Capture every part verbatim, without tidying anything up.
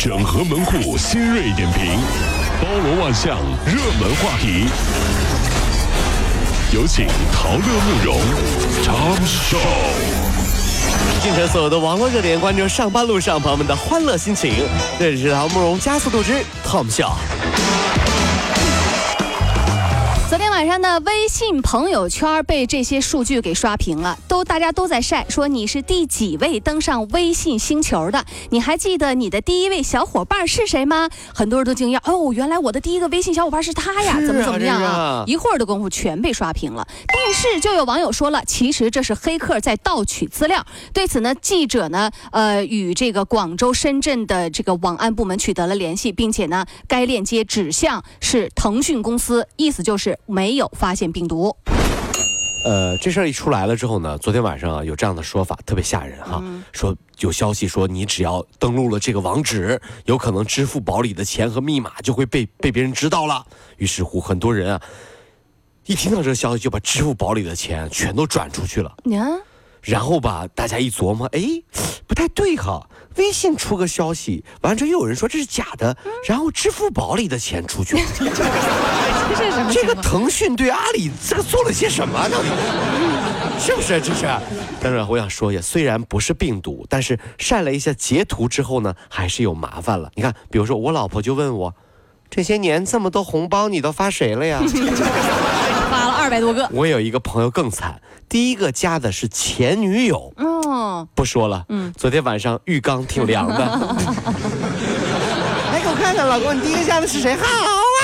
整合门户新锐点评，包罗万象，热门话题。有请陶乐慕容 Tom Show。 尽成所有的网络热点，关注上班路上朋友们的欢乐心情。这里是陶慕容加速度之 Tom Show。 昨天晚上呢，微信朋友圈被这些数据给刷屏了，都大家都在晒，说你是第几位登上微信星球的？你还记得你的第一位小伙伴是谁吗？很多人都惊讶，哦，原来我的第一个微信小伙伴是他呀， 啊、 怎么怎么样啊？ 啊一会儿的功夫全被刷屏了。但是就有网友说了，其实这是黑客在盗取资料。对此呢，记者呢，呃，与这个广州、深圳的这个网安部门取得了联系，并且呢，该链接指向是腾讯公司，意思就是没有发现病毒。 呃，这事儿一出来了之后呢，昨天晚上啊有这样的说法，特别吓人哈。嗯、说有消息说，你只要登录了这个网址，有可能支付宝里的钱和密码就会被被别人知道了。于是乎，很多人啊，一听到这个消息就把支付宝里的钱全都转出去了。嗯、然后吧，大家一琢磨，哎，不太对哈。微信出个消息，完之后又有人说这是假的，嗯、然后支付宝里的钱出去了。 这是什么？ 这个腾讯对阿里这个做了些什么到底？是不是？这是。但是我想说一下，虽然不是病毒，但是晒了一下截图之后呢，还是有麻烦了。你看，比如说我老婆就问我，这些年这么多红包你都发谁了呀？ 发了二百多个。 我有一个朋友更惨，第一个加的是前女友。哦，不说了。嗯，昨天晚上浴缸挺凉的。来给我看看，老公，你第一个加的是谁？好啊，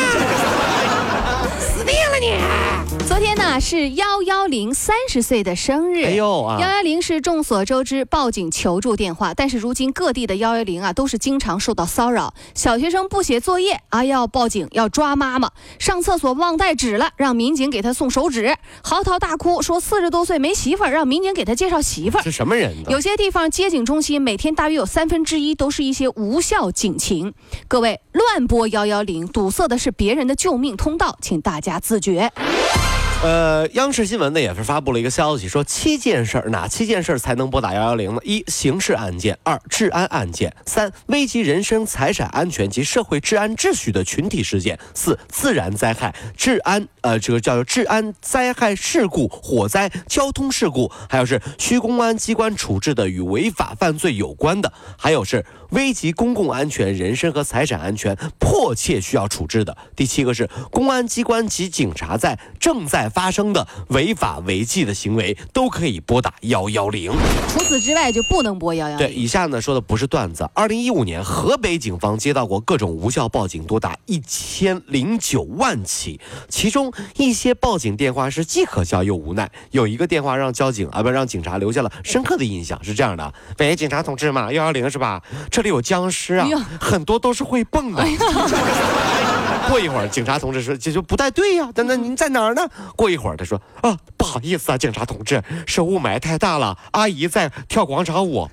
死定了你！ 昨天呢是幺幺零三十岁的生日。哎呦啊！幺幺零是众所周知报警求助电话，但是如今各地的幺幺零啊都是经常受到骚扰。小学生不写作业啊要报警，要抓妈妈；上厕所忘带纸了，让民警给他送手纸；嚎啕大哭说四十多岁没媳妇儿，让民警给他介绍媳妇儿。 是什么人呢？ 有些地方接警中心每天大约有三分之一都是一些无效警情。各位，乱拨幺幺零堵塞的是别人的救命通道，请大家自觉。 呃，央视新闻呢也是发布了一个消息，说七件事儿，哪七件事儿才能拨打幺幺零呢？一、刑事案件；二、治安案件；三、危及人身财产安全及社会治安秩序的群体事件；四、自然灾害、治安呃这个叫做治安灾害事故、火灾、交通事故，还有是需公安机关处置的与违法犯罪有关的，还有是危及公共安全、人身和财产安全，迫切需要处置的。第七个是公安机关及警察在正在发生的违法违纪的行为，都可以拨打幺幺零。 除此之外就不能拨幺幺零。 对，以下呢说的不是段子。二零一五年，河北警方接到过各种无效报警多达一千零九万起，其中一些报警电话是既可笑又无奈。有一个电话让交警啊不让警察留下了深刻的印象，是这样的：喂，警察同志嘛，幺幺零是吧？这里有僵尸啊，很多都是会蹦的。过一会儿，警察同志说：“这就不太对呀，等等，您在哪儿呢？”过一会儿，他说：“啊，不好意思啊，警察同志，是雾霾太大了，阿姨在跳广场舞。”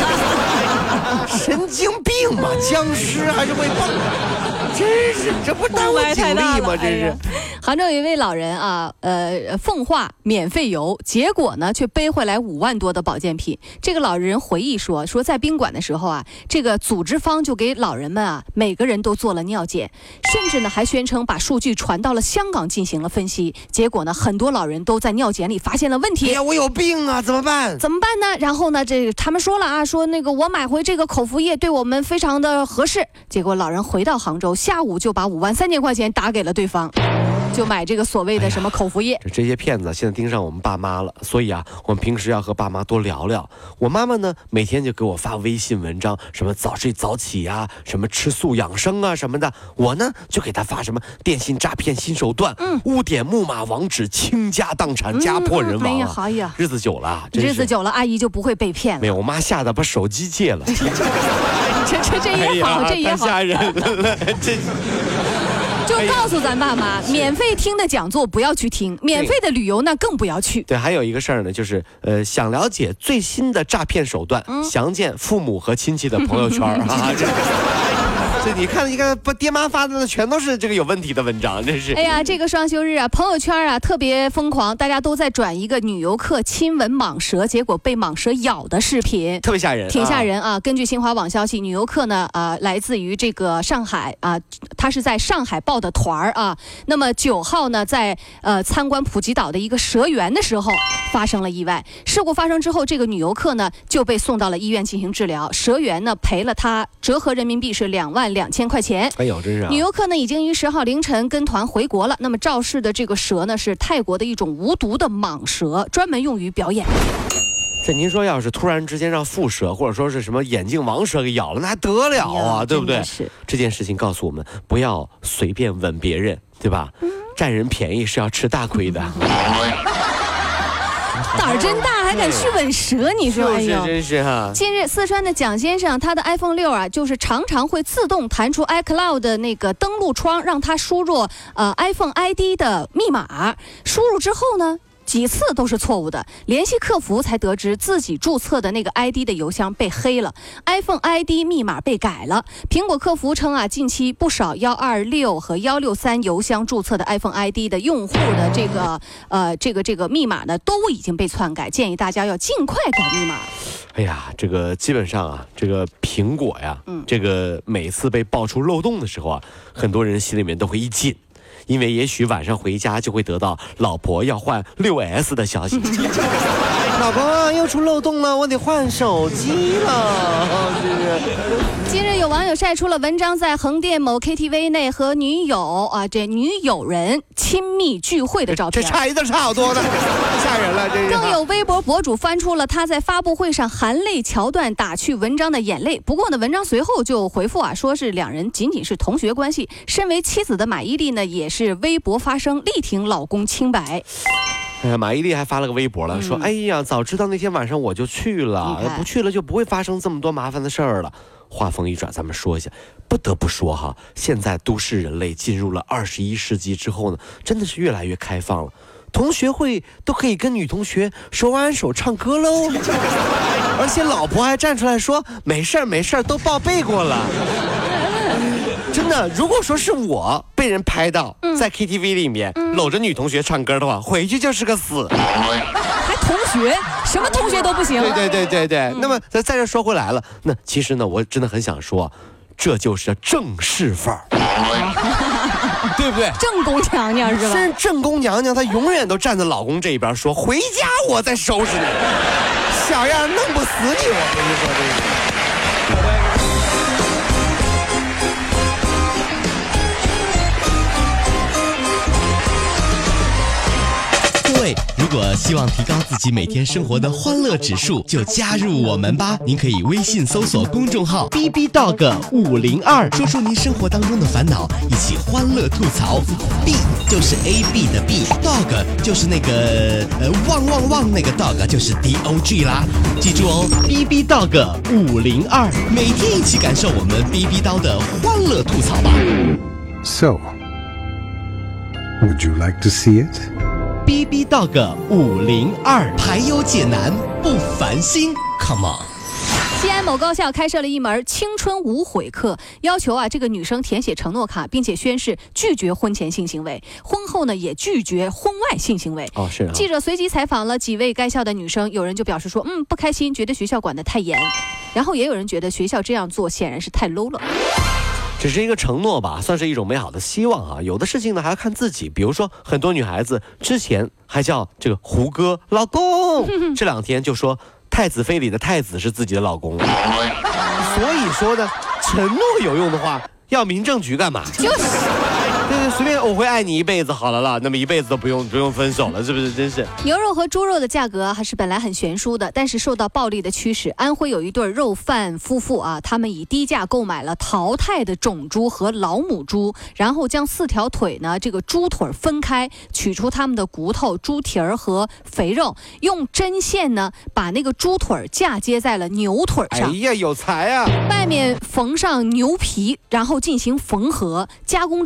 神经病嘛，僵尸还是会蹦的，真是这不耽误警力吗？真是。 杭州有一位老人啊，呃，奉化免费游，结果呢却背回来五万多的保健品。这个老人回忆说，说在宾馆的时候啊，这个组织方就给老人们啊每个人都做了尿检，甚至呢还宣称把数据传到了香港进行了分析。结果呢，很多老人都在尿检里发现了问题。 哎呀，我有病啊，怎么办？ 怎么办呢？然后呢，这他们说了啊，说那个我买回这个口服液对我们非常的合适。结果老人回到杭州，下午就把五万三千块钱打给了对方。就买这个所谓的什么口服液、 哎、这些骗子现在盯上我们爸妈了，所以啊，我们平时要和爸妈多聊聊。我妈妈呢，每天就给我发微信文章，什么早睡早起啊，什么吃素养生啊什么的。我呢，就给她发什么电信诈骗新手段，嗯，误点木马网址，倾家荡产，家破人亡、啊。 哎呀，哎呀， 日子久了， 日子久了，阿姨就不会被骗了。 没有，我妈吓得把手机戒了。 这这这也好，哎、这也好， 太吓人了，这。 就告诉咱爸妈，免费听的讲座不要去听，免费的旅游呢更不要去。 对，还有一个事儿呢，就是呃，想了解最新的诈骗手段，嗯、详见父母和亲戚的朋友圈啊。这你看，你看，不，爹妈发的全都是这个有问题的文章，真是。 哎呀，这个双休日啊，朋友圈啊特别疯狂，大家都在转一个女游客亲吻蟒蛇，结果被蟒蛇咬的视频， 特别吓人， 挺吓人啊。啊根据新华网消息，女游客呢，呃，来自于这个上海啊，她是在上海报的团儿啊。那么九号呢，在呃参观普吉岛的一个蛇园的时候，发生了意外。事故发生之后，这个女游客呢就被送到了医院进行治疗。蛇园呢赔了她折合人民币是两万两千块钱。 哎呦，真是、啊！ 女游客呢已经于十号凌晨跟团回国了。那么肇事的这个蛇呢是泰国的一种无毒的蟒蛇，专门用于表演。 这您说要是突然之间让蝮蛇或者说是什么眼镜王蛇给咬了，那还得了啊，对不对？ 是这件事情告诉我们，不要随便吻别人，对吧？嗯、占人便宜是要吃大亏的。 胆儿真大，还敢去吻蛇？你说，哎呦， 真是哈！ 近日，四川的蒋先生，他的 iPhone 六啊，就是常常会自动弹出 iCloud 的那个登录窗，让他输入呃 iPhone I D 的密码。输入之后呢，几次都是错误的，联系客服才得知自己注册的那个 I D 的邮箱被黑了 ，iPhone I D 密码被改了。苹果客服称啊，近期不少幺二六和幺六三邮箱注册的 iPhone I D 的用户的这个呃这个这个密码呢都已经被篡改，建议大家要尽快改密码。 哎呀，这个基本上啊，这个苹果呀，嗯，这个每次被爆出漏洞的时候啊，很多人心里面都会一紧。因为也许晚上回家就会得到老婆要换六 S 的消息。老公又出漏洞了，我得换手机了。 近日有网友晒出了文章在横店某 K T V 内和女友啊这女友人亲密聚会的照片， 这差一字差好多呢，吓人了。这更有微博博主翻出了他在发布会上含泪桥段打趣文章的眼泪。不过呢，文章随后就回复啊，说是两人仅仅是同学关系。身为妻子的马伊琍呢，也是微博发声力挺老公清白。 哎呀，马伊琍还发了个微博了，说：“哎呀，早知道那天晚上我就去了，不去了就不会发生这么多麻烦的事儿了。”话锋一转，咱们说一下，不得不说哈，现在都市人类进入了二十一世纪之后呢，真的是越来越开放了。同学会都可以跟女同学手挽手唱歌喽，而且老婆还站出来说：“没事儿，没事儿，都报备过了。”真的，如果说是我被人拍到在 K T V 里面、嗯、搂着女同学唱歌的话，回去就是个死。 还同学，什么同学都不行。 对对对对对。嗯、那么再再这说回来了，那其实呢，我真的很想说，这就是正式范儿，对不对？ 正宫娘娘是吧？ 是正宫娘娘，她永远都站在老公这一边说，回家我再收拾你，小样弄不死你，我跟你说这个。 各位，如果希望提高自己每天生活的欢乐指数，就加入我们吧。您可以微信搜索公众号 B B Dog 五零二，说出您生活当中的烦恼，一起欢乐吐槽。B 就是 A B 的 B，Dog 就是那个呃汪汪汪那个 Dog 就是 D O G 啦。记住哦 ，B B Dog 五零二，每天一起感受我们 B B 刀的欢乐吐槽吧。 So, would you like to see it?B B Dog 五零二，排忧解难不烦心 ，Come on！ 西安某高校开设了一门青春无悔课，要求啊这个女生填写承诺卡，并且宣誓拒绝婚前性行为，婚后呢也拒绝婚外性行为。 哦，是啊。 记者随即采访了几位该校的女生，有人就表示说，嗯，不开心，觉得学校管得太严，然后也有人觉得学校这样做显然是太 low 了。 只是一个承诺吧，算是一种美好的希望啊。有的事情呢还要看自己，比如说很多女孩子之前还叫这个胡歌老公，这两天就说太子妃里的太子是自己的老公。所以说呢，承诺有用的话，要民政局干嘛？ 就是。 对对，随便我会爱你一辈子好了啦，那么一辈子都不用不用分手了，是不是？真是。 牛肉和猪肉的价格还是本来很悬殊的，但是受到暴利的驱使，安徽有一对肉贩夫妇啊，他们以低价购买了淘汰的种猪和老母猪，然后将四条腿呢，这个猪腿分开，取出它们的骨头、猪蹄儿和肥肉，用针线呢把那个猪腿嫁接在了牛腿上。 哎呀，有才啊！ 外面缝上牛皮，然后进行缝合，加工之后从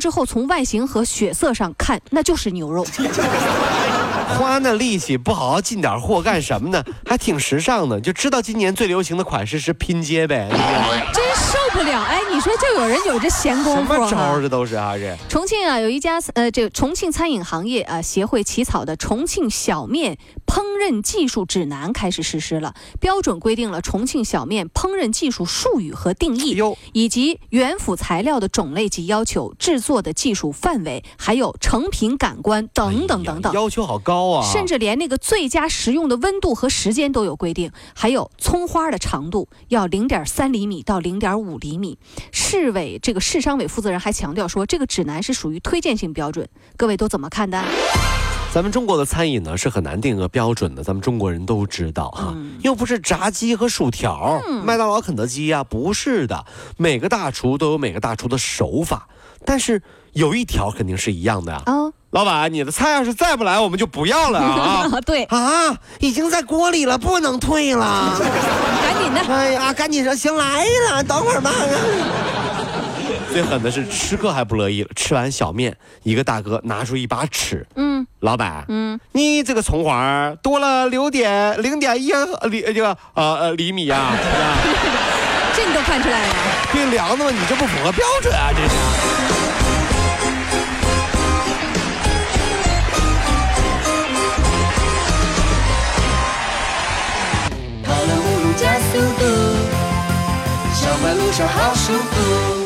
外形和血色上看，那就是牛肉。 花那力气不好好进点货干什么呢？还挺时尚的，就知道今年最流行的款式是拼接呗。 真受不了！哎，你说就有人有这闲工夫， 什么招这都是啊！这重庆啊，有一家呃，这个重庆餐饮行业啊协会起草的《重庆小面烹饪技术指南》开始实施了，标准规定了重庆小面烹饪技术术语和定义，以及原辅材料的种类及要求、制作的技术范围，还有成品感官等等等等， 要求好高啊！ 甚至连那个最佳食用的温度和时间都有规定，还有葱花的长度要零点三厘米到零点五厘米。市委这个市商委负责人还强调说，这个指南是属于推荐性标准，各位都怎么看的？ 咱们中国的餐饮呢是很难定个标准的，咱们中国人都知道哈、嗯，又不是炸鸡和薯条，嗯、麦当劳、肯德基呀、啊，不是的，每个大厨都有每个大厨的手法，但是有一条肯定是一样的啊。哦，老板，你的菜要是再不来，我们就不要了啊！ 对啊，已经在锅里了，不能退了， 赶紧的！ 哎呀，赶紧说，行，来了，等会儿吧。最狠的是吃客还不乐意了，吃完小面，一个大哥拿出一把尺，嗯，老板，嗯，你这个葱花多了六点零点一厘这个呃厘米啊， 这你都看出来了？ 这量的嘛，你这不符合标准啊，这是。 跑了五路加速度，上班路上好舒服。